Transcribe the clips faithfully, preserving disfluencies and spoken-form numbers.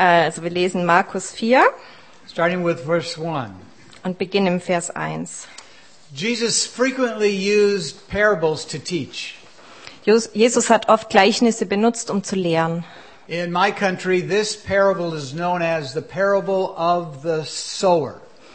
Also wir lesen Markus vier starting with verse one. und beginnen im Vers eins. Jesus frequently used parables to teach. Jesus hat oft Gleichnisse benutzt, um zu lehren. In my country, this parable is known as the parable of the sower.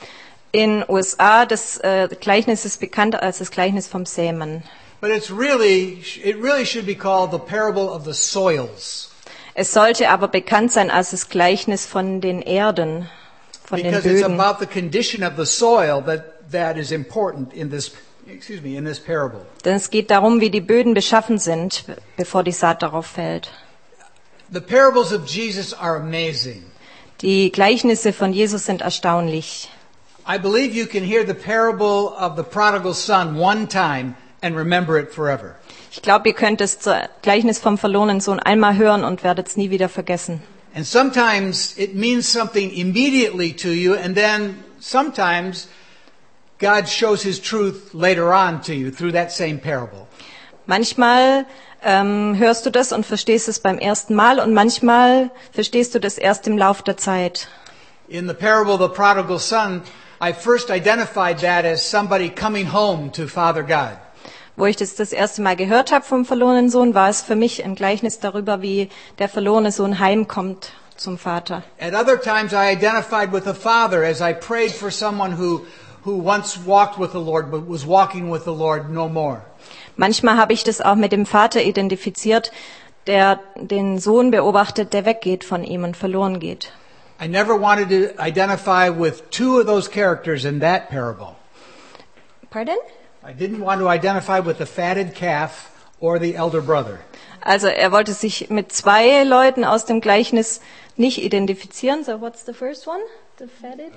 In U S A, das äh, Gleichnis ist bekannt als das Gleichnis vom Sämen. But it's really, it really should be called the parable of the soils. Es sollte aber bekannt sein als das Gleichnis von den Erden, von den Because it's Böden. about the condition of the soil that, that is important in this, excuse me, in this parable. Denn es geht darum, wie die Böden beschaffen sind, bevor die Saat darauf fällt. The parables of Jesus are amazing. Die Gleichnisse von Jesus sind erstaunlich. I believe you can hear the parable of the prodigal son one time and remember it forever. Ich glaube, ihr könnt das Gleichnis vom verlorenen Sohn einmal hören und werdet es nie wieder vergessen. And sometimes it means something immediately to you, and then sometimes God shows His truth later on to you through that same parable. Manchmal ähm, hörst du das und verstehst es beim ersten Mal und manchmal verstehst du das erst im Lauf der Zeit. In the parable of the prodigal son, I first identified that as somebody coming home to Father God. Wo ich das das erste Mal gehört habe vom verlorenen Sohn, war es für mich ein Gleichnis darüber, wie der verlorene Sohn heimkommt zum Vater. At other times I identified with the Father as I prayed for someone who, who once walked with the Lord but was walking with the Lord no more. Manchmal habe ich das auch mit dem Vater identifiziert, der den Sohn beobachtet, der weggeht von ihm und verloren geht. I never wanted to identify with two of those characters in that parable. Pardon? I didn't want to identify with the fatted calf or the elder brother. Also er wollte sich mit zwei Leuten aus dem Gleichnis nicht identifizieren. So what's the first one? The fatted?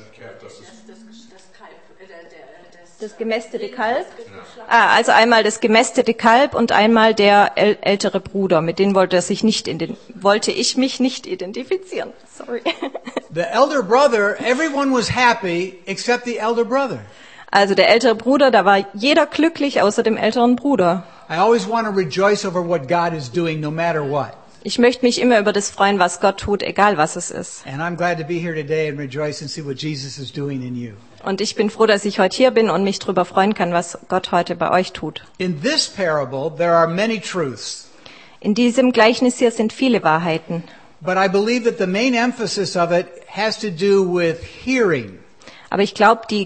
Das gemästete Kalb. Ah, also einmal das gemästete Kalb und einmal der äl- ältere Bruder. Mit denen wollte er sich nicht in den, wollte ich mich nicht identifizieren. Sorry. The elder brother, everyone was happy except the elder brother. Also der ältere Bruder, da war jeder glücklich außer dem älteren Bruder. I always want to rejoice over what God is doing no matter what. Ich möchte mich immer über das freuen, was Gott tut, egal was es ist. And I'm glad to be here today and rejoice and see what Jesus is doing in you. Und ich bin froh, dass ich heute hier bin und mich darüber freuen kann, was Gott heute bei euch tut. In this parable, there are many truths, In diesem Gleichnis hier sind viele Wahrheiten. but I believe that the main emphasis of it has to do with hearing. Aber ich glaube, die,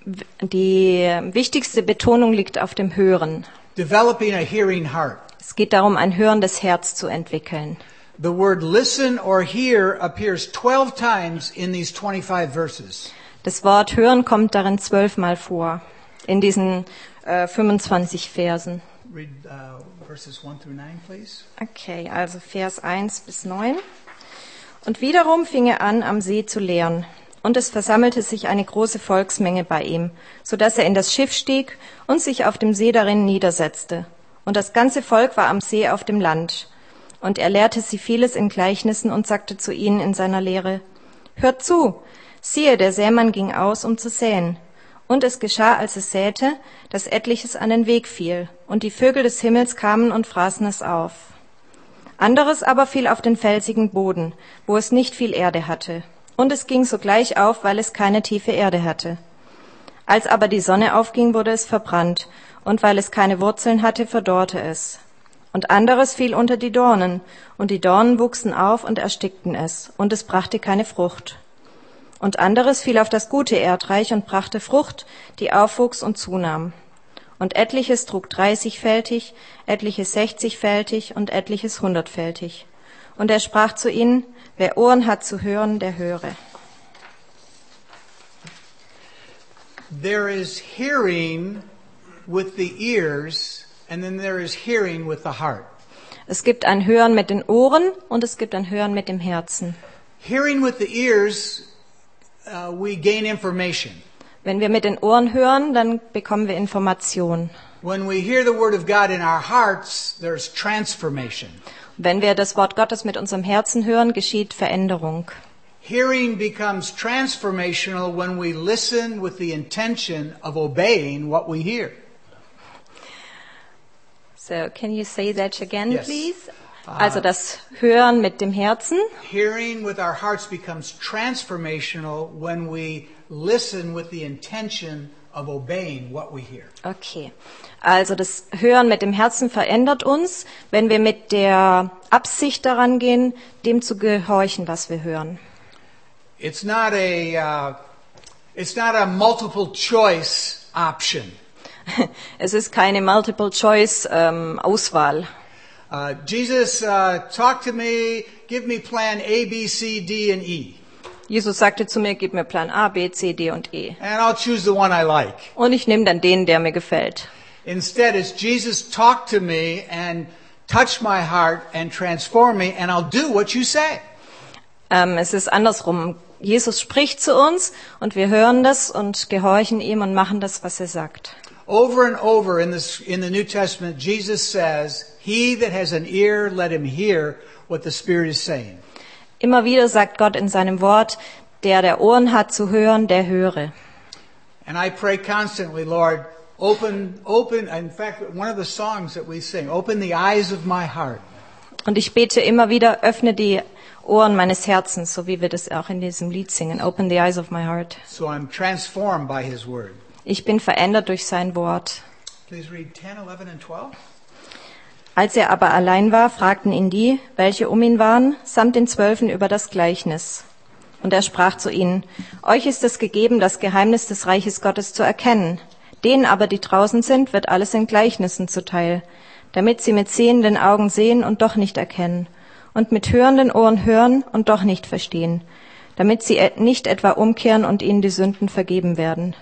die wichtigste Betonung liegt auf dem Hören. Developing a hearing heart. Es geht darum, ein hörendes Herz zu entwickeln. The word listen or hear appears twelve times in these twenty-five verses. Das Wort Hören kommt darin zwölfmal vor, in diesen äh, fünfundzwanzig Versen. Read uh, verses one through nine, please. Okay, also Vers eins bis neun. Und wiederum fing er an, am See zu lehren. Und es versammelte sich eine große Volksmenge bei ihm, so dass er in das Schiff stieg und sich auf dem See darin niedersetzte. Und das ganze Volk war am See auf dem Land. Und er lehrte sie vieles in Gleichnissen und sagte zu ihnen in seiner Lehre: Hört zu! Siehe, der Sämann ging aus, um zu säen. Und es geschah, als es säte, dass etliches an den Weg fiel, und die Vögel des Himmels kamen und fraßen es auf. Anderes aber fiel auf den felsigen Boden, wo es nicht viel Erde hatte. Und es ging sogleich auf, weil es keine tiefe Erde hatte. Als aber die Sonne aufging, wurde es verbrannt, und weil es keine Wurzeln hatte, verdorrte es. Und anderes fiel unter die Dornen, und die Dornen wuchsen auf und erstickten es, und es brachte keine Frucht. Und anderes fiel auf das gute Erdreich und brachte Frucht, die aufwuchs und zunahm. Und etliches trug dreißigfältig, etliches sechzigfältig und etliches hundertfältig. Und er sprach zu ihnen: Wer Ohren hat zu hören, der höre. There is hearing with the ears, and then there is hearing with the heart. Es gibt ein Hören mit den Ohren und es gibt ein Hören mit dem Herzen. Hearing with the ears, uh, we gain information. Wenn wir mit den Ohren hören, dann bekommen wir Information. When we hear the word of God in our hearts, there's transformation. Wenn wir das Wort Gottes mit unserem Herzen hören, geschieht Veränderung. Hearing becomes transformational when we listen with the intention of obeying what we hear. So, can you say that again, Yes. please? Also das Hören mit dem Herzen. Hearing with our hearts becomes transformational when we listen with the intention of obeying what we hear. Okay. Also das Hören mit dem Herzen verändert uns, wenn wir mit der Absicht daran gehen, dem zu gehorchen, was wir hören. It's not a uh, it's not a multiple choice option. Es ist keine Multiple-Choice-Auswahl. Uh, Jesus uh, talked to me, give me plan A, B, C, D, and E. Jesus sagte zu mir, gib mir Plan A, B, C, D und E. And I'll choose the one I like. Und ich nehme dann den, der mir gefällt. Instead, it's Jesus talk to me and touch my heart and transform me, and I'll do what you say. Ähm, es ist andersrum. Jesus spricht zu uns und wir hören das und gehorchen ihm und machen das, was er sagt. Over and over in this in the New Testament, Jesus says, "He that has an ear, let him hear what the Spirit is saying." Immer wieder sagt Gott in seinem Wort, der der Ohren hat zu hören, der höre. And I pray constantly, Lord, open, open. In fact, one of the songs that we sing, "Open the eyes of my heart." Und ich bete immer wieder, öffne die Ohren meines Herzens, so wie wir das auch in diesem Lied singen. Open the eyes of my heart. So I'm transformed by His word. Ich bin verändert durch sein Wort. Please read ten, eleven, and twelve. Als er aber allein war, fragten ihn die, welche um ihn waren, samt den Zwölfen über das Gleichnis. Und er sprach zu ihnen, euch ist es gegeben, das Geheimnis des Reiches Gottes zu erkennen. Denen aber, die draußen sind, wird alles in Gleichnissen zuteil, damit sie mit sehenden Augen sehen und doch nicht erkennen, und mit hörenden Ohren hören und doch nicht verstehen, damit sie nicht etwa umkehren und ihnen die Sünden vergeben werden.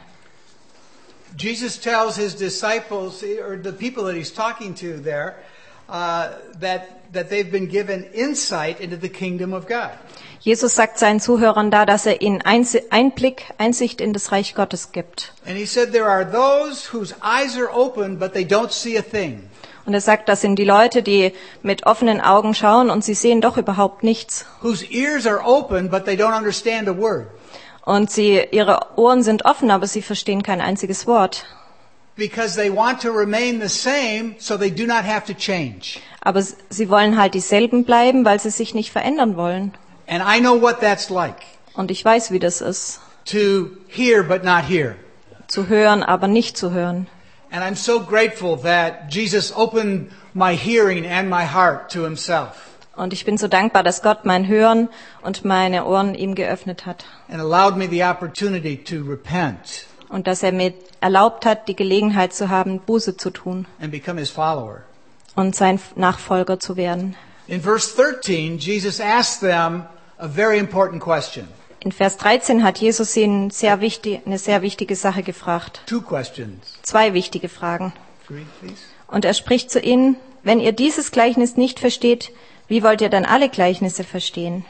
Jesus tells his disciples, or the people that he's talking to there, uh, that that they've been given insight into the kingdom of God. Jesus sagt seinen Zuhörern da, dass er ihnen Einblick, Einsicht in das Reich Gottes gibt. And he said there are those whose eyes are open, but they don't see a thing. Und er sagt, das sind die Leute, die mit offenen Augen schauen und sie sehen doch überhaupt nichts. Whose ears are open, but they don't understand a word. Und sie, ihre Ohren sind offen, aber sie verstehen kein einziges Wort. Because they want to remain the same, so they do not have to change. Aber sie wollen halt dieselben bleiben, weil sie sich nicht verändern wollen. And I know what that's like. Und ich weiß, wie das ist. To hear but not hear. Zu hören, aber nicht zu hören. And I'm so grateful that Jesus opened my hearing and my heart to himself. Und ich bin so dankbar, dass Gott mein Hören und meine Ohren ihm geöffnet hat. And allowed me the opportunity to repent. Und dass er mir erlaubt hat, die Gelegenheit zu haben, Buße zu tun. And become his follower. Und sein Nachfolger zu werden. In verse thirteen, Jesus asked them a very important question. In Vers dreizehn hat Jesus ihnen sehr wichtig, eine sehr wichtige Sache gefragt. Two questions. Zwei wichtige Fragen. Read, please. Und er spricht zu ihnen, wenn ihr dieses Gleichnis nicht versteht, wie wollt ihr dann alle Gleichnisse verstehen?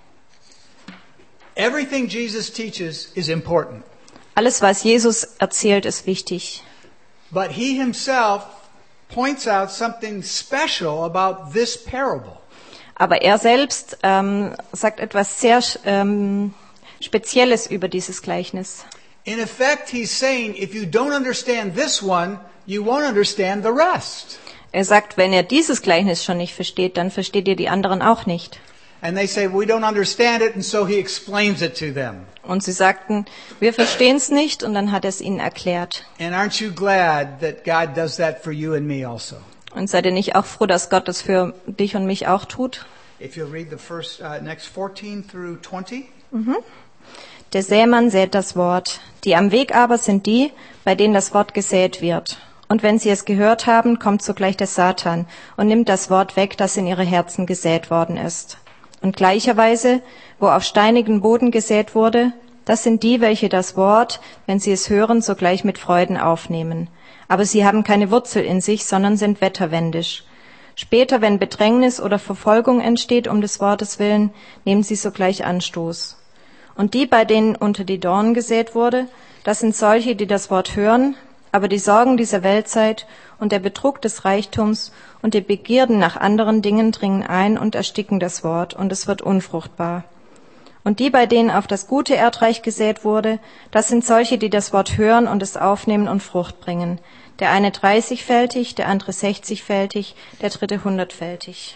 Everything Jesus teaches is important. Alles, was Jesus erzählt, ist wichtig. But he himself points out something special about this parable. Aber er selbst ähm, sagt etwas sehr ähm, Spezielles über dieses Gleichnis. In effect, he's saying, if you don't understand this one, you won't understand the rest. Er sagt, wenn ihr dieses Gleichnis schon nicht versteht, dann versteht ihr die anderen auch nicht. And they say, we don't understand it, and so he explains it to them. Und sie sagten, wir verstehen es nicht, und dann hat er es ihnen erklärt. And aren't you glad that God does that for you and me also? Und seid ihr nicht auch froh, dass Gott das für dich und mich auch tut? If you'll read the first, uh, next fourteen through twenty. Mhm. Der Sämann sät das Wort. Die am Weg aber sind die, bei denen das Wort gesät wird. Und wenn sie es gehört haben, kommt sogleich der Satan und nimmt das Wort weg, das in ihre Herzen gesät worden ist. Und gleicherweise, wo auf steinigen Boden gesät wurde, das sind die, welche das Wort, wenn sie es hören, sogleich mit Freuden aufnehmen. Aber sie haben keine Wurzel in sich, sondern sind wetterwendisch. Später, wenn Bedrängnis oder Verfolgung entsteht um des Wortes willen, nehmen sie sogleich Anstoß. Und die, bei denen unter die Dornen gesät wurde, das sind solche, die das Wort hören, aber die Sorgen dieser Weltzeit und der Betrug des Reichtums und die Begierden nach anderen Dingen dringen ein und ersticken das Wort, und es wird unfruchtbar. Und die, bei denen auf das gute Erdreich gesät wurde, das sind solche, die das Wort hören und es aufnehmen und Frucht bringen. Der eine dreißigfältig, der andere sechzigfältig, der dritte hundertfältig.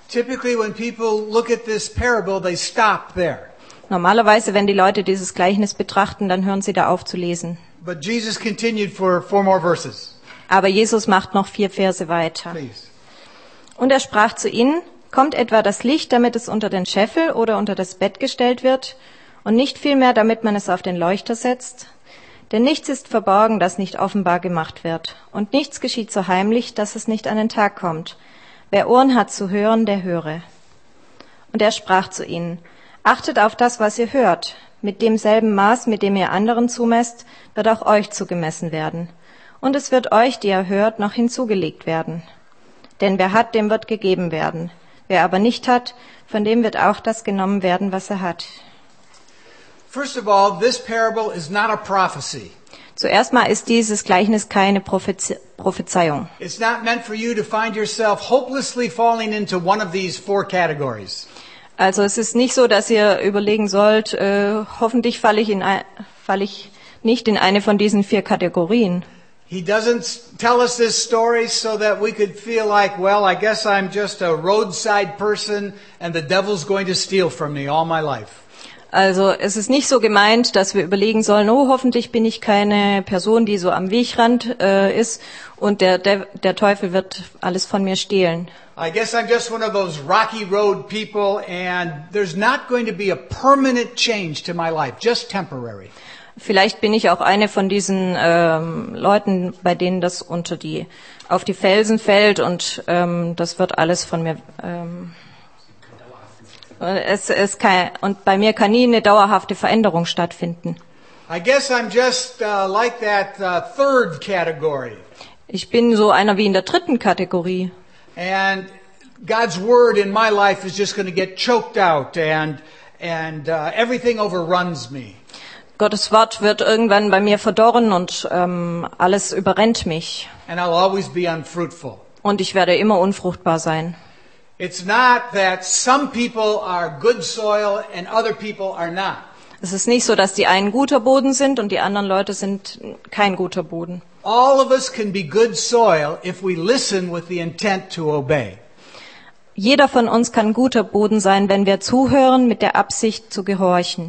Typically when people look at this parable, they stop there. Normalerweise, wenn die Leute dieses Gleichnis betrachten, dann hören sie da auf zu lesen. But Jesus continued for four more verses. Aber Jesus macht noch vier Verse weiter. Please. Und er sprach zu ihnen, kommt etwa das Licht, damit es unter den Scheffel oder unter das Bett gestellt wird, und nicht vielmehr, damit man es auf den Leuchter setzt? Denn nichts ist verborgen, das nicht offenbar gemacht wird. Und nichts geschieht so heimlich, dass es nicht an den Tag kommt. Wer Ohren hat zu hören, der höre. Und er sprach zu ihnen, achtet auf das, was ihr hört. Mit demselben Maß, mit dem ihr anderen zumesst, wird auch euch zugemessen werden. Und es wird euch, die ihr hört, noch hinzugelegt werden. Denn wer hat, dem wird gegeben werden. Wer aber nicht hat, von dem wird auch das genommen werden, was er hat. First of all, this parable is not a prophecy. Zuerst mal ist dieses Gleichnis keine Propheze- Prophezeiung. It's not meant for you to find yourself hopelessly falling into one of these four categories. Also es ist nicht so, dass ihr überlegen sollt, äh, hoffentlich falle ich, in ein, falle ich nicht in eine von diesen vier Kategorien. He doesn't tell us this story so that we could feel like, well, I guess I'm just a roadside person and the devil's going to steal from me all my life. Also es ist nicht so gemeint, dass wir überlegen sollen, oh, hoffentlich bin ich keine Person, die so am Wegrand äh, ist und der, der, der Teufel wird alles von mir stehlen. I guess I'm just one of those rocky road people and there's not going to be a permanent change to my life, just temporary. Vielleicht bin ich auch eine von diesen ähm, Leuten, bei denen das unter die auf die Felsen fällt und ähm, das wird alles von mir. Ähm, es, es kann, und bei mir kann nie eine dauerhafte Veränderung stattfinden. I guess I'm just uh, like that uh, third category. Ich bin so einer wie in der dritten Kategorie. And God's word in my life is just going to get choked out and and uh, everything overruns me. Gottes Wort wird irgendwann bei mir verdorren und ähm, alles überrennt mich. And I'll always be unfruitful. Und ich werde immer unfruchtbar sein. It's not that some people are good soil and other people are not. Es ist nicht so, dass die einen guter Boden sind und die anderen Leute sind kein guter Boden. All of us can be good soil if we listen with the intent to obey. Jeder von uns kann guter Boden sein, wenn wir zuhören mit der Absicht zu gehorchen.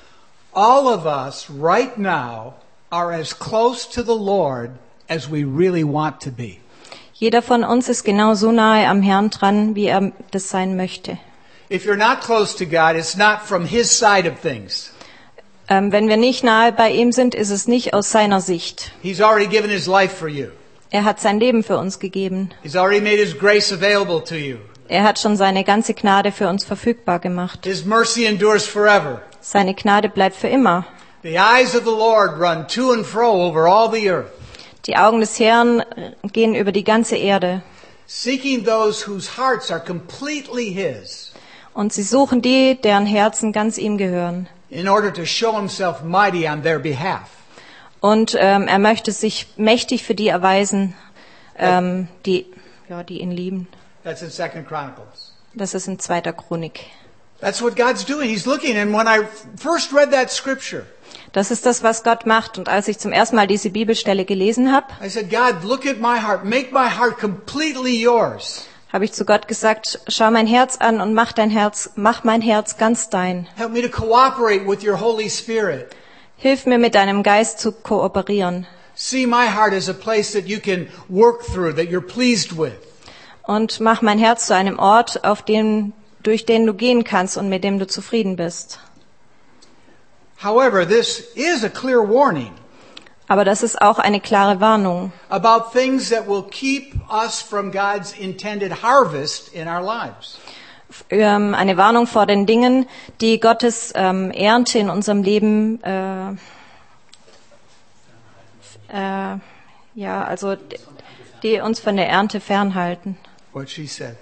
All of us right now are as close to the Lord as we really want to be. Jeder von uns ist genau so nahe am Herrn dran, wie er das sein möchte. If you're not close to God, it's not from His side of things. Ähm, wenn wir nicht nahe bei ihm sind, ist es nicht aus seiner Sicht. He's already given His life for you. Er hat sein Leben für uns gegeben. He's already made His grace available to you. Er hat schon seine ganze Gnade für uns verfügbar gemacht. His mercy endures forever. Seine Gnade bleibt für immer. The eyes of the Lord run to and fro over all the earth, Die Augen des Herrn gehen über die ganze Erde. seeking those whose hearts are completely His, Und sie suchen die, deren Herzen ganz ihm gehören. in order to show Himself mighty on their behalf. Und ähm, er möchte sich mächtig für die erweisen, ähm, die, ja, die ihn lieben. That's in Second Chronicles. Das ist in zweiter Chronik. That's what God's doing. He's looking. And when I first read that scripture, Das ist das, was Gott macht. Und als ich zum ersten Mal diese Bibelstelle gelesen habe, I said, God, look at my heart. Make my heart completely yours. habe ich zu Gott gesagt, schau mein Herz an und mach dein Herz, mach mein Herz ganz dein. Help me to cooperate with your Holy Spirit. Hilf mir, mit deinem Geist zu kooperieren. See my heart as a place that you can work through, that you're pleased with. Und mach mein Herz zu einem Ort, auf dem, durch den du gehen kannst und mit dem du zufrieden bist. However, this is a clear warning Aber das ist auch eine klare Warnung about things that will keep us from God's intended harvest in our lives. ähm, eine Warnung vor den Dingen, die Gottes ähm, Ernte in unserem Leben, äh, äh, ja, also die, die uns von der Ernte fernhalten. What she said.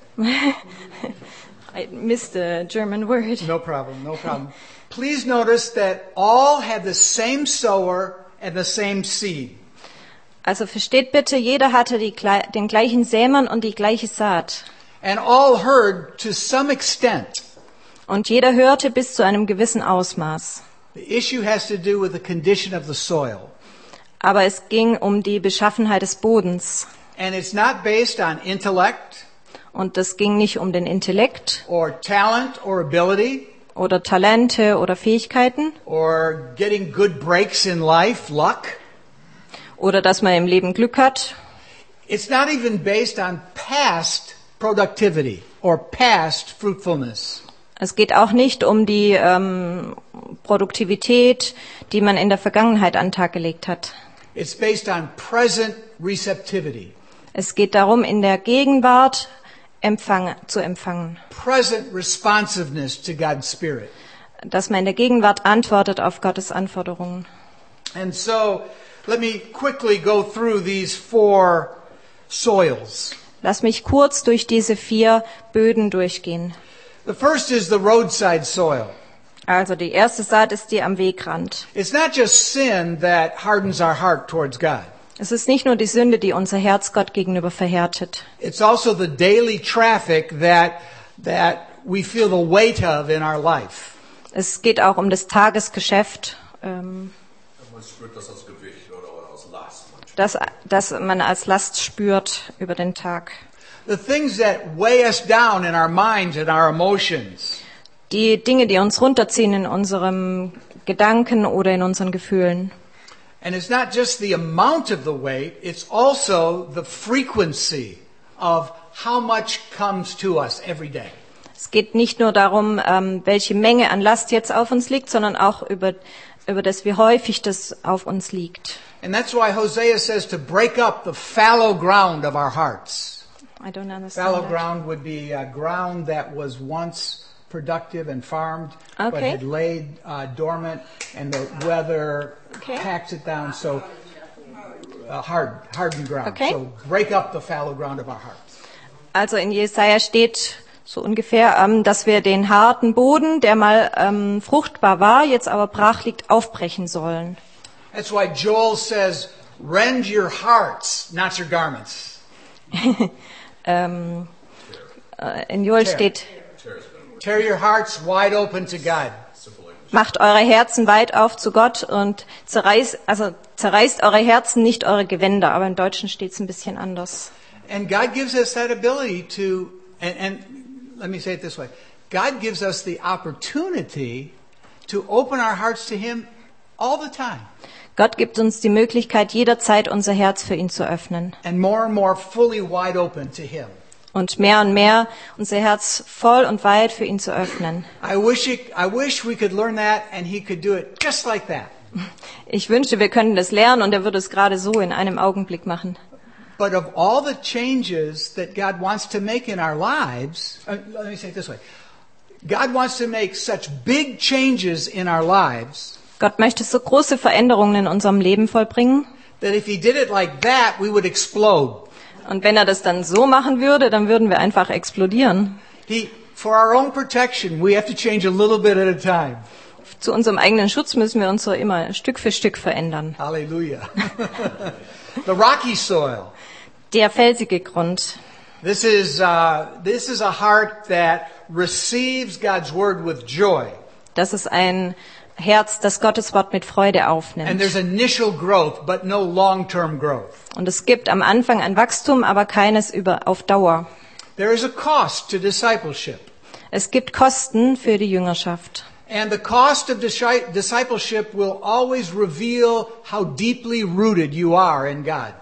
I missed the German word. No problem, no problem. Please notice that all had the same sower and the same seed. Also versteht bitte, jeder hatte die, den gleichen Sämann und die gleiche Saat. And all heard to some extent. Und jeder hörte bis zu einem gewissen Ausmaß. The issue has to do with the condition of the soil. Aber es ging um die Beschaffenheit des Bodens. And it's not based on intellect. Und das ging nicht um den Intellekt or talent or ability oder Talente oder Fähigkeiten or getting good breaks in life, luck. oder dass man im Leben Glück hat. It's not even based on past productivity or past fruitfulness. Es geht auch nicht um die ähm, Produktivität, die man in der Vergangenheit an den Tag gelegt hat. It's based on present receptivity. Es geht darum, in der Gegenwart Empfang, zu empfangen. Present responsiveness to God's Spirit. Dass man in der Gegenwart antwortet auf Gottes Anforderungen. And so, let me quickly go through these four soils. Lass mich kurz durch diese vier Böden durchgehen. The first is the roadside soil. Also die erste Saat ist die am Wegrand. It's not just sin that hardens our heart towards God. Es ist nicht nur die Sünde, die unser Herz Gott gegenüber verhärtet. It's also the daily traffic that that we feel the weight of in our life. Es geht auch um das Tagesgeschäft, ähm, Man spürt das als Gewicht oder als Last. das, das man als Last spürt über den Tag. The things that weigh us down in our minds and our emotions. Die Dinge, die uns runterziehen in unserem Gedanken oder in unseren Gefühlen. And it's not just the amount of the weight, it's also the frequency of how much comes to us every day. Es geht nicht nur darum, ähm, welche Menge an Last jetzt auf uns liegt, sondern auch über, über das, wie häufig das auf uns liegt. And that's why Hosea says to break up the fallow ground of our hearts. I don't understand Fallow that. ground would be uh, ground that was once productive and farmed, but Okay. had laid uh, dormant, and the weather Okay. packs it down, so uh, hard, hardened ground. Okay. So break up the fallow ground of our hearts. Also in Jesaja steht so ungefähr, ähm, dass wir den harten Boden, der mal ähm, fruchtbar war, jetzt aber brach liegt, aufbrechen sollen. That's why Joel says, "Rend your hearts, not your garments." Ähm, äh, in Joel Tear. steht, Tear your hearts wide open to God. macht eure Herzen weit auf zu Gott und zerreißt, also zerreißt eure Herzen, nicht eure Gewänder. Aber im Deutschen steht es ein bisschen anders. And God gives us that ability to, and, and let me say it this way, God gives us the opportunity to open our hearts to Him all the time. Gott gibt uns die Möglichkeit, jederzeit unser Herz für ihn zu öffnen. And more and more fully wide open to Him. Und mehr und mehr unser Herz voll und weit für ihn zu öffnen. I wish it, I wish we could learn that and He could do it just like that. Ich wünschte, wir könnten das lernen und er würde es gerade so in einem Augenblick machen. But of all the changes that God wants to make in our lives, uh, let me say it this way. God wants to make such big changes in our lives Gott möchte so große Veränderungen in unserem Leben vollbringen. that if He did it like that, we would explode. Und wenn er das dann so machen würde, dann würden wir einfach explodieren. He, for our own protection, we have to change a little bit at a time. Zu unserem eigenen Schutz müssen wir uns so immer Stück für Stück verändern. Hallelujah. The rocky soil. Der felsige Grund. This is, uh, this is a heart that receives God's word with joy. Das ist ein Herz, das Gottes Wort mit Freude And aufnimmt. there's initial growth, but no long-term growth. Und es gibt am Anfang ein Wachstum, aber keines über auf Dauer. There is a cost to discipleship. Es gibt Kosten für die Jüngerschaft. And the cost of disci- discipleship will always reveal how deeply rooted you are in God.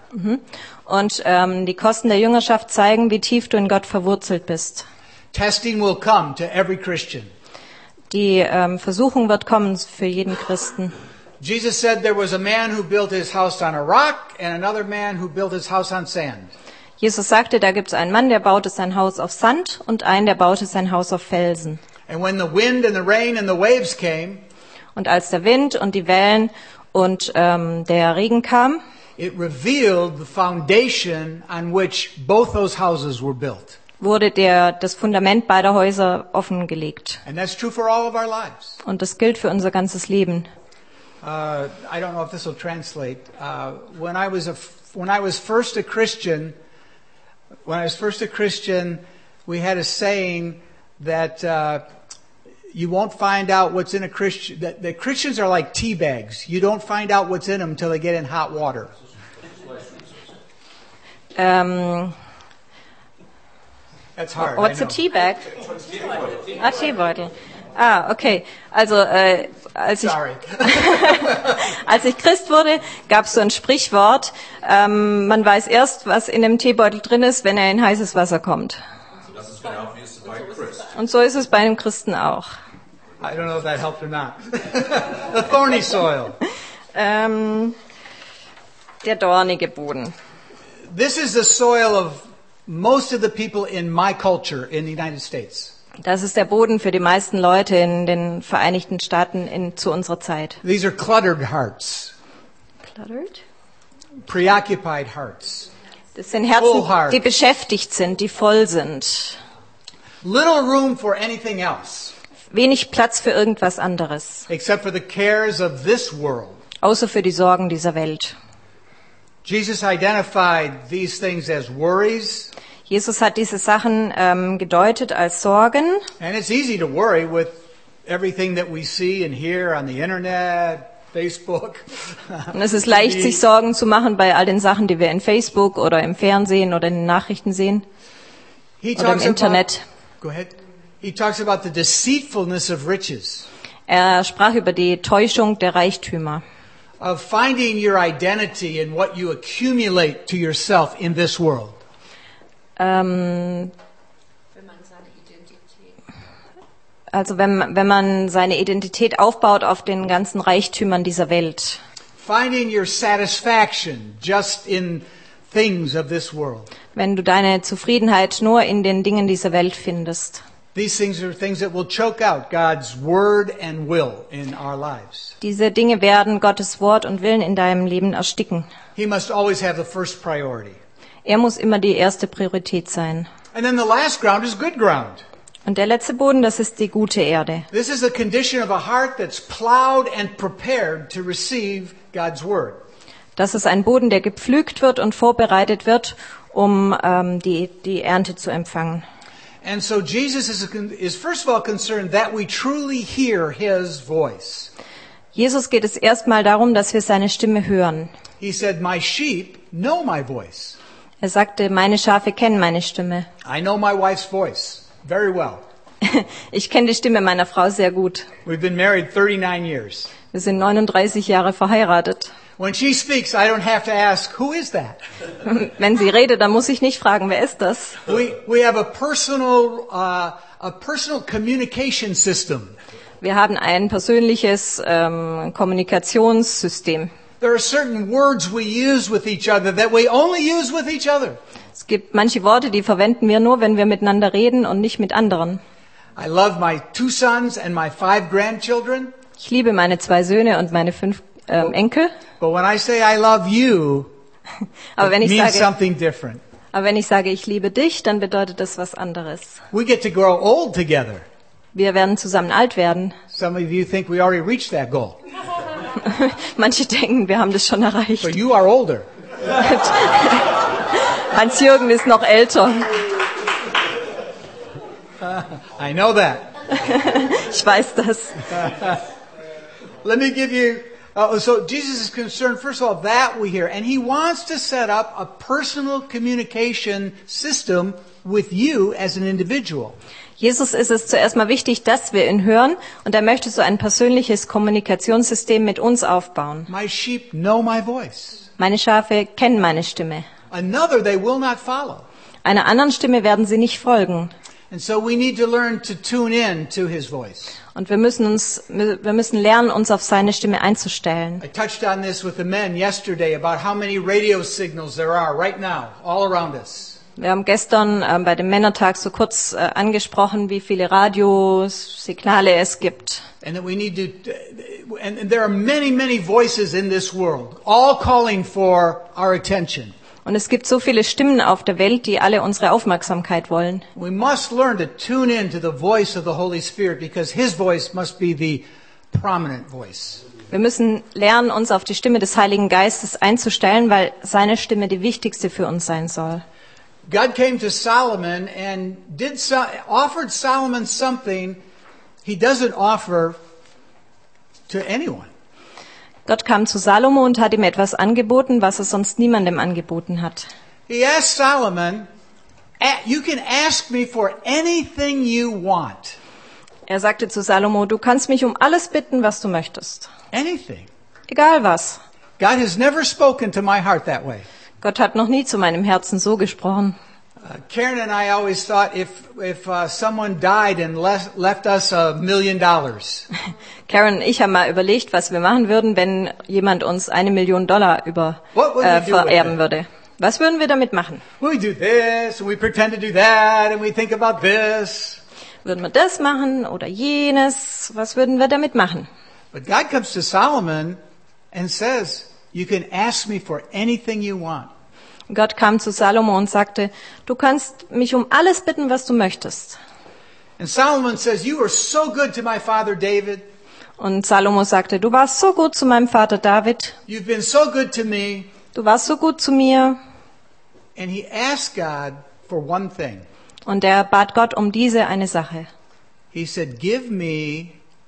Und ähm, die Kosten der Jüngerschaft zeigen, wie tief du in Gott verwurzelt bist. Testing will come to every Christian. Die ähm, Versuchung wird kommen für jeden Christen. Jesus said there was a man who built his house on a rock and another man who built his house on sand. Jesus sagte, da gibt es einen Mann, der baute sein Haus auf Sand und einen, der baute sein Haus auf Felsen. And when the wind and the rain and the waves came, Und als der Wind und die Wellen und ähm, der Regen kam, it revealed the foundation on which both those houses were built. wurde der, das Fundament beider Häuser offengelegt. And that's true for all of our lives. Und das gilt für unser ganzes Leben. Uh, I don't know if this will translate. Uh, when I was a, when I was first a Christian, when I was first a Christian, we had a saying that uh, you won't find out what's in a Christian. That, that Christians are like tea bags. You don't find out what's in them until they get in hot water. Ähm, That's hard. What's I a know. tea bag? Ah, Teebeutel. Ah, okay. Also äh, als ich Sorry. als ich Christ wurde, gab es so ein Sprichwort: ähm, Man weiß erst, was in dem Teebeutel drin ist, wenn er in heißes Wasser kommt. Das ist genau wie es bei Christ. Und so ist es bei einem Christen auch. I don't know if that helped or not. The thorny soil. Ähm, der dornige Boden. This is the soil of most of the people in my culture in the United States. Das ist der Boden für die meisten Leute in den Vereinigten Staaten in, zu unserer Zeit. These are cluttered hearts, Cluttered? preoccupied hearts, Das sind Full Herzen, heart. die beschäftigt sind, die voll sind. little room for anything else Wenig Platz für irgendwas anderes, except for the cares of this world. außer für die Sorgen dieser Welt. Jesus identified these things as worries, Jesus hat diese Sachen ähm, gedeutet als Sorgen. and it's easy to worry with everything that we see and hear on the internet, Facebook. Und es ist leicht, sich Sorgen zu machen bei all den Sachen, die wir in Facebook oder im Fernsehen oder in den Nachrichten sehen He oder im talks Internet. about, go ahead. He talks about the deceitfulness of riches, Er sprach über die Täuschung der Reichtümer, of finding your identity in what you accumulate to yourself in this world. ähm, also wenn, wenn man seine Identität aufbaut auf den ganzen Reichtümern dieser Welt. Finding your satisfaction just in things of this world. Wenn du deine Zufriedenheit nur in den Dingen dieser Welt findest. These things are things that will choke out God's word and will in our lives. Diese Dinge werden Gottes Wort und Willen in deinem Leben ersticken. He must always have the first priority. Er muss immer die erste Priorität sein. And then the last ground is good ground. Und der letzte Boden, das ist die gute Erde. This is a condition of a heart that's plowed and prepared to receive God's word. Das ist ein Boden, der gepflügt wird und vorbereitet wird, um ähm, die, die Ernte zu empfangen. And so Jesus is, is first of all concerned that we truly hear his voice. Jesus geht es erstmal darum, dass wir seine Stimme hören. He said, "My sheep know my voice." Er sagte, meine Schafe kennen meine Stimme. I know my wife's voice very well. Ich kenne die Stimme meiner Frau sehr gut. We've been married thirty-nine years. Wir sind neununddreißig Jahre verheiratet. When she speaks, I don't have to ask, who is that? Wenn sie redet, dann muss ich nicht fragen, wer ist das? We, we have a personal, uh, a personal communication system. Wir haben ein persönliches ähm, Kommunikationssystem. There are certain words we use with each other that we only use with each other. Es gibt manche Worte, die verwenden wir nur, wenn wir miteinander reden und nicht mit anderen. I love my two sons and my five grandchildren. Ich liebe meine zwei Söhne und meine fünf ähm, Enkel. But when I say I love you, Aber wenn it ich means sage, something different. aber wenn ich sage, ich liebe dich, dann bedeutet das was anderes. We get to grow old together. Wir werden zusammen alt werden. Some of you think we already reached that goal. Manche denken, wir haben das schon erreicht. So you are older. Hans-Jürgen ist noch älter. I know that. Ich weiß das. Let me give you, uh, so Jesus is concerned, first of all, that we hear. And he wants to set up a personal communication system with you as an individual. Jesus ist es zuerst mal wichtig, dass wir ihn hören, und er möchte so ein persönliches Kommunikationssystem mit uns aufbauen. My sheep know my voice. Meine Schafe kennen meine Stimme. Another they will not follow. Einer anderen Stimme werden sie nicht folgen. And so we need to learn to tune in to his voice. Und wir müssen uns, wir müssen lernen, uns auf seine Stimme einzustellen. I touched on this with the men yesterday about how many radio signals there are right now all around us. Wir haben gestern äh, bei dem Männertag so kurz äh, angesprochen, wie viele Radiosignale es gibt. And that we need to, and, and there are many, many voices in this world, all calling for our attention. Und es gibt so viele Stimmen auf der Welt, die alle unsere Aufmerksamkeit wollen. We must learn to tune in to the voice of the Holy Spirit because his voice must be the prominent voice. Wir müssen lernen, uns auf die Stimme des Heiligen Geistes einzustellen, weil seine Stimme die wichtigste für uns sein soll. God came to Solomon and did so, offered Solomon something he doesn't offer to anyone. Gott kam zu Salomo und hat ihm etwas angeboten, was er sonst niemandem angeboten hat. He asked Solomon, you can ask me for anything you want. Er sagte zu Salomo, du kannst mich um alles bitten, was du möchtest. Anything. Egal was. God has never spoken to my heart that way. Gott hat noch nie zu meinem Herzen so gesprochen. Uh, Karen and I always thought if if uh, someone died and left, left us a million dollars. Karen und ich haben mal überlegt, was wir machen würden, wenn jemand uns eine Million Dollar über What would we äh, do with vererben it? würde. Was würden wir damit machen? We do this and we pretend to do that and we think about this. Würden wir das machen oder jenes? Was würden wir damit machen? But God comes to Solomon and says, you can ask me for anything you want. Gott kam zu Salomo und sagte, du kannst mich um alles bitten, was du möchtest. And Solomon says, you were so good to my father David. Und Salomo sagte, du warst so gut zu meinem Vater David. You've been so good to me. Du warst so gut zu mir. And he asked God for one thing. Und er bat Gott um diese eine Sache. He said, give me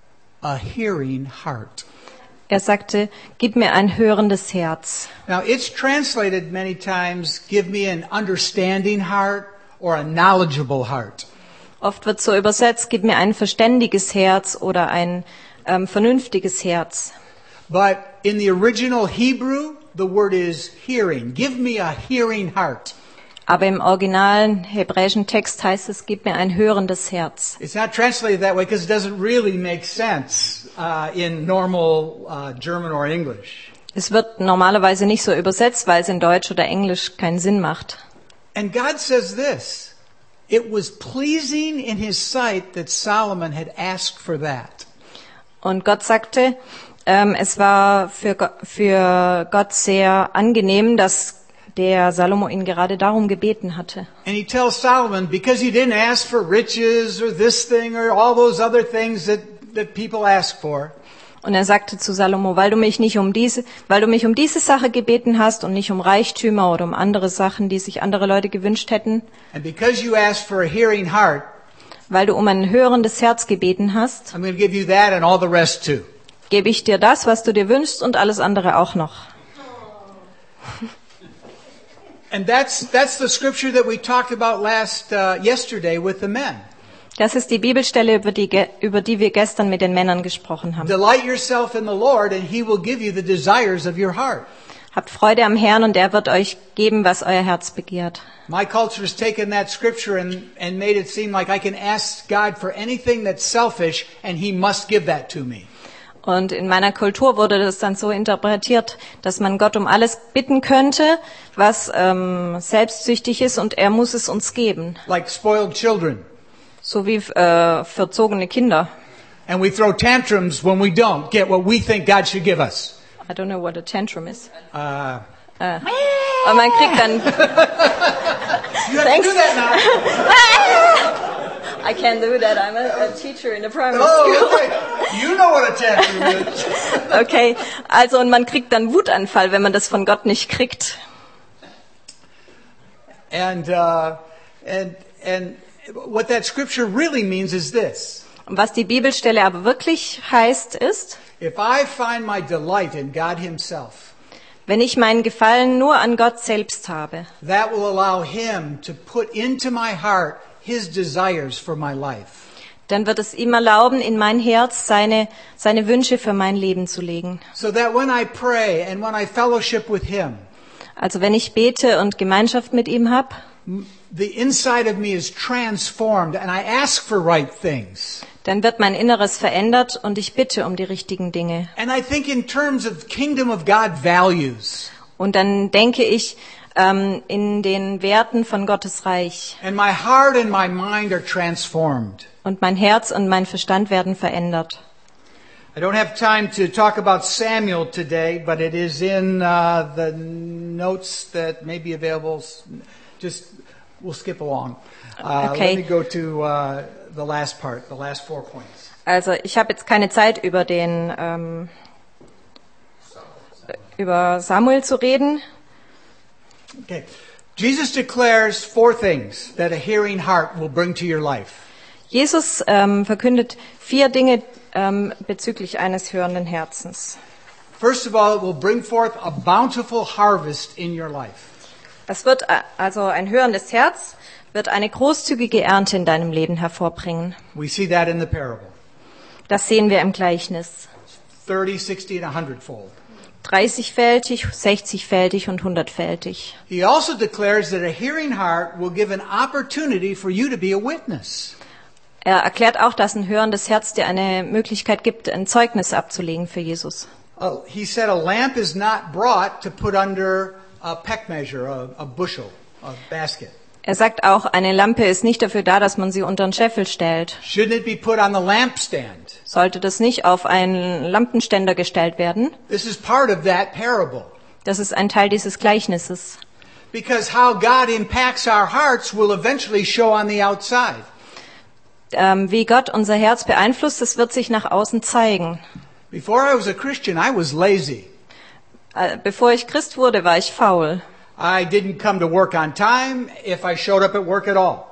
a hearing heart. Er sagte, gib mir ein hörendes Herz. Now it's translated many times, give me an understanding heart or a knowledgeable heart. Oft wird so übersetzt, gib mir ein verständiges Herz oder ein ähm, vernünftiges Herz. But in the original Hebrew, the word is hearing. Give me a hearing heart. Aber im originalen hebräischen Text heißt es, gib mir ein hörendes Herz. It's not translated that way because it doesn't really make sense uh, in normal uh, German or English. Es wird normalerweise nicht so übersetzt, weil es in Deutsch oder Englisch keinen Sinn macht. And God says this, it was pleasing in his sight that Solomon had asked for that. Und Gott sagte, ähm, es war für, Go- für Gott sehr angenehm, dass der Salomo ihn gerade darum gebeten hatte. And he tells Solomon, because you didn't ask for riches or this thing or all those other things that, that people ask for, Und er sagte zu Salomo, weil du mich nicht um diese, weil du mich um diese Sache gebeten hast und nicht um Reichtümer oder um andere Sachen, die sich andere Leute gewünscht hätten, and because you asked for a hearing heart, weil du um ein hörendes Herz gebeten hast, I'm going to give you that and all the rest too. gebe ich dir das, was du dir wünschst und alles andere auch noch. And that's that's the scripture that we talked about last uh, yesterday with the men. Das ist die Bibelstelle, über die, ge- über die wir gestern mit den Männern gesprochen haben. Delight yourself in the Lord and he will give you the desires of your heart. Habt Freude am Herrn und er wird euch geben, was euer Herz begehrt. My culture has taken that scripture and, and made it seem like I can ask God for anything that's selfish and he must give that to me. Und in meiner Kultur wurde das dann so interpretiert, dass man Gott um alles bitten könnte, was ähm, selbstsüchtig ist, und er muss es uns geben. Like spoiled children. So wie äh, verzogene Kinder. And we throw tantrums when we don't get what we think God should give us. I don't know what a tantrum is. Uh, Äh. Und man kriegt dann... you have Thanks. to do that now. I can't do that, I'm a, a teacher in a primary Oh, school. okay. You know what a tantrum is. Okay, also und man kriegt dann Wutanfall, wenn man das von Gott nicht kriegt. And, uh, and, and what that scripture really means is this. Und was die Bibelstelle aber wirklich heißt, ist, If I find my delight in God himself, wenn ich meinen Gefallen nur an Gott selbst habe, that will allow him to put into my heart his desires for my life. dann wird es ihm erlauben, in mein Herz seine, seine Wünsche für mein Leben zu legen. So that when I pray and when I fellowship with him, Also wenn ich bete und Gemeinschaft mit ihm habe, the inside of me is transformed and I ask for right things. dann wird mein Inneres verändert und ich bitte um die richtigen Dinge. And I think in terms of kingdom of God values. Und dann denke ich ähm, in den Werten von Gottes Reich. And my heart and my mind are transformed. Und mein Herz und mein Verstand werden verändert. I don't have time to talk about Samuel today, but it is in uh, the notes that may be available. Just, we'll skip along. Uh, Okay. Let me go to uh, the last part, the last four points. Also ich habe jetzt keine Zeit, über den ähm, über Samuel zu reden. Okay. Jesus declares four things that a hearing heart will bring to your life. Jesus ähm, verkündet vier Dinge ähm, bezüglich eines hörenden Herzens. First of all, it will bring forth a bountiful harvest in your life. Es wird also ein hörendes Herz wird eine großzügige Ernte in deinem Leben hervorbringen. We see that in the parable. Das sehen wir im Gleichnis. thirty, sixty, and a hundredfold. dreißigfältig, sechzigfältig und hundertfältig. He also declares that a hearing heart will give an opportunity for you to be a witness. Er erklärt auch, dass ein hörendes Herz dir eine Möglichkeit gibt, ein Zeugnis abzulegen für Jesus. Uh, he said a lamp is not brought to put under a peck measure, a, a bushel, a basket. Er sagt auch, eine Lampe ist nicht dafür da, dass man sie unter einen Scheffel stellt. Shouldn't it be put on the lampstand? Sollte das nicht auf einen Lampenständer gestellt werden? This is part of that parable. Das ist ein Teil dieses Gleichnisses. Because how God impacts our hearts will eventually show on the outside. Ähm, wie Gott unser Herz beeinflusst, das wird sich nach außen zeigen. Before I was a Christian, I was lazy. Äh, bevor ich Christ wurde, war ich faul. I didn't come to work on time if I showed up at work at all.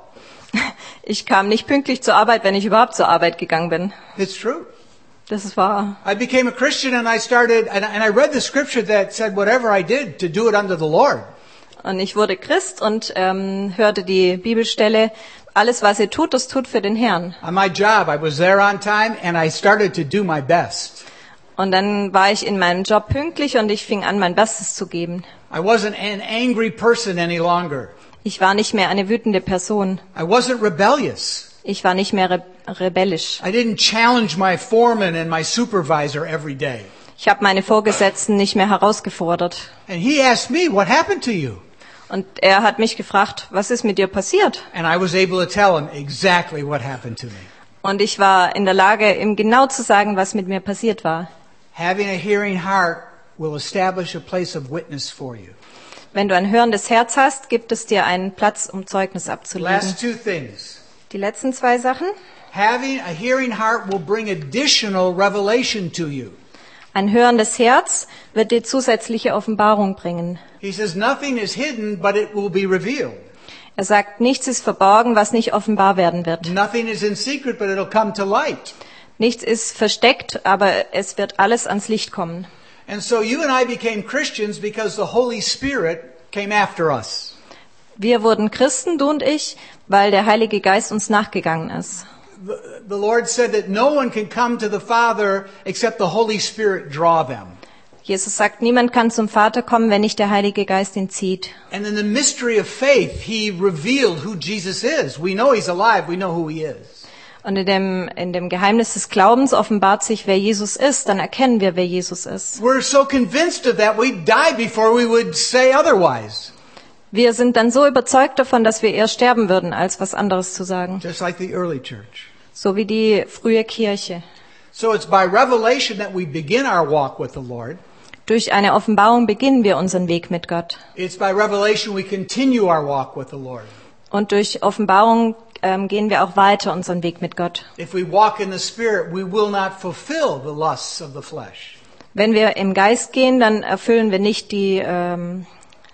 Ich kam nicht pünktlich zur Arbeit, wenn ich überhaupt zur Arbeit gegangen bin. It's true. Das ist wahr. I became a Christian and I started, and, and I read the scripture that said whatever I did to do it unto the Lord. Und ich wurde Christ und ähm, hörte die Bibelstelle, alles was ihr tut, das tut für den Herrn. On my job, I was there on time and I started to do my best. Und dann war ich in meinem Job pünktlich und ich fing an, mein Bestes zu geben. I wasn't an angry person any longer. Ich war nicht mehr eine wütende Person. I wasn't rebellious. Ich war nicht mehr re- rebellisch. I didn't challenge my foreman and my supervisor every day. Ich habe meine Vorgesetzten nicht mehr herausgefordert. And he asked me, what happened to you? Und er hat mich gefragt, was ist mit dir passiert? And I was able to tell him exactly what happened to me. Und ich war in der Lage, ihm genau zu sagen, was mit mir passiert war. Having a hearing heart will establish a place of witness for you. Wenn du ein hörendes Herz hast, gibt es dir einen Platz, um Zeugnis abzulegen. Last two things. Die letzten zwei Sachen. Having a hearing heart will bring additional revelation to you. Ein hörendes Herz wird dir zusätzliche Offenbarung bringen. He says nothing is hidden, but it will be revealed. Er sagt, nichts ist verborgen, was nicht offenbar werden wird. Nothing is in secret, but it'll come to light. Nichts ist versteckt, aber es wird alles ans Licht kommen. And so you and I became Christians because the Holy Spirit came after us. Wir wurden Christen, du und ich, weil der Heilige Geist uns nachgegangen ist. The, the Lord said that no one can come to the Father except the Holy Spirit draw them. Jesus sagt, niemand kann zum Vater kommen, wenn nicht der Heilige Geist ihn zieht. And in the mystery of faith, He revealed who Jesus is. We know He's alive. We know who He is. Und in dem, in dem Geheimnis des Glaubens offenbart sich, wer Jesus ist. Dann erkennen wir, wer Jesus ist. We're so convinced of that, we'd die before we would say otherwise. Wir sind dann so überzeugt davon, dass wir eher sterben würden, als was anderes zu sagen. Just like the early church. So wie die frühe Kirche. So it's by revelation that we begin our walk with the Lord. Durch eine Offenbarung beginnen wir unseren Weg mit Gott. It's by revelation we continue our walk with the Lord. Und durch Offenbarung ähm, gehen wir auch weiter unseren Weg mit Gott. If we walk in the Spirit, we will not fulfill the lusts of the flesh. Wenn wir im Geist gehen, dann erfüllen wir nicht die, ähm,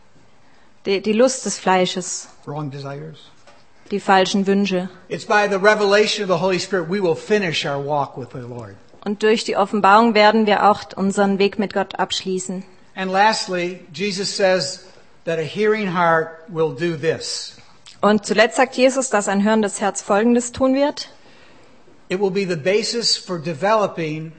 die, die Lust des Fleisches, Wrong desires. die falschen Wünsche. It's by the revelation of the Holy Spirit we will finish our walk with the Lord. Und durch die Offenbarung werden wir auch unseren Weg mit Gott abschließen. And lastly, Jesus says that a hearing heart will do this. Und zuletzt sagt Jesus, dass ein hörendes Herz Folgendes tun wird. It will be the basis for developing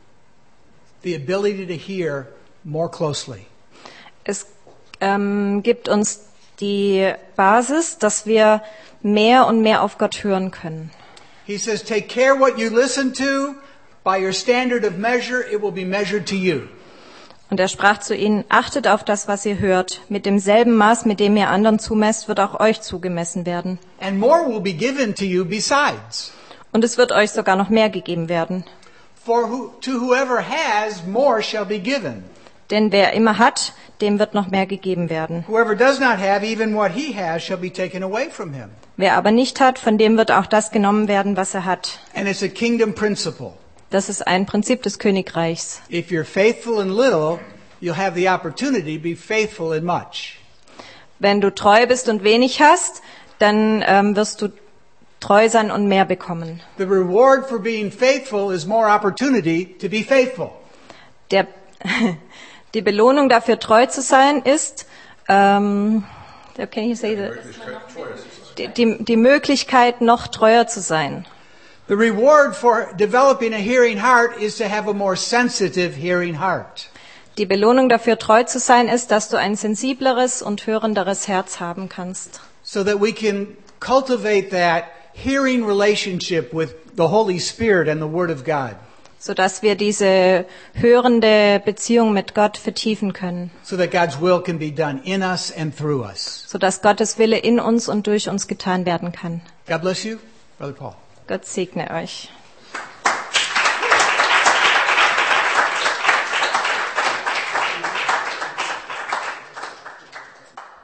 the ability to hear more closely. Es ähm, gibt uns die Basis, dass wir mehr und mehr auf Gott hören können. He says, take care what you listen to. By your standard of measure, it will be measured to you. Und er sprach zu ihnen, achtet auf das, was ihr hört. Mit demselben Maß, mit dem ihr anderen zumesst, wird auch euch zugemessen werden. And more will be given to you besides. Und es wird euch sogar noch mehr gegeben werden. For who, to whoever has, more shall be given. Denn wer immer hat, dem wird noch mehr gegeben werden. Whoever does not have, even what he has, shall be taken away from him. Wer aber nicht hat, von dem wird auch das genommen werden, was er hat. And it's a kingdom principle. Das ist ein Prinzip des Königreichs. If you're faithful in little, you'll have the opportunity to be faithful in much. Wenn du treu bist und wenig hast, dann ähm, wirst du treu sein und mehr bekommen. The reward for being faithful is more opportunity to be faithful. Der, die Belohnung dafür, treu zu sein, ist ähm, Can you say Die that? Möglichkeit, treuer zu sein. Die, die, die Möglichkeit, noch treuer zu sein. The reward for developing a hearing heart is to have a more sensitive hearing heart. Die Belohnung dafür, treu zu sein, ist, dass du ein sensibleres und hörenderes Herz haben kannst. So that we can cultivate that hearing relationship with the Holy Spirit and the Word of God. Sodass wir diese hörende Beziehung mit Gott vertiefen können. So that God's will can be done in us and through us. Sodass Gottes Wille in uns und durch uns getan werden kann. God bless you, Brother Paul. Gott segne euch.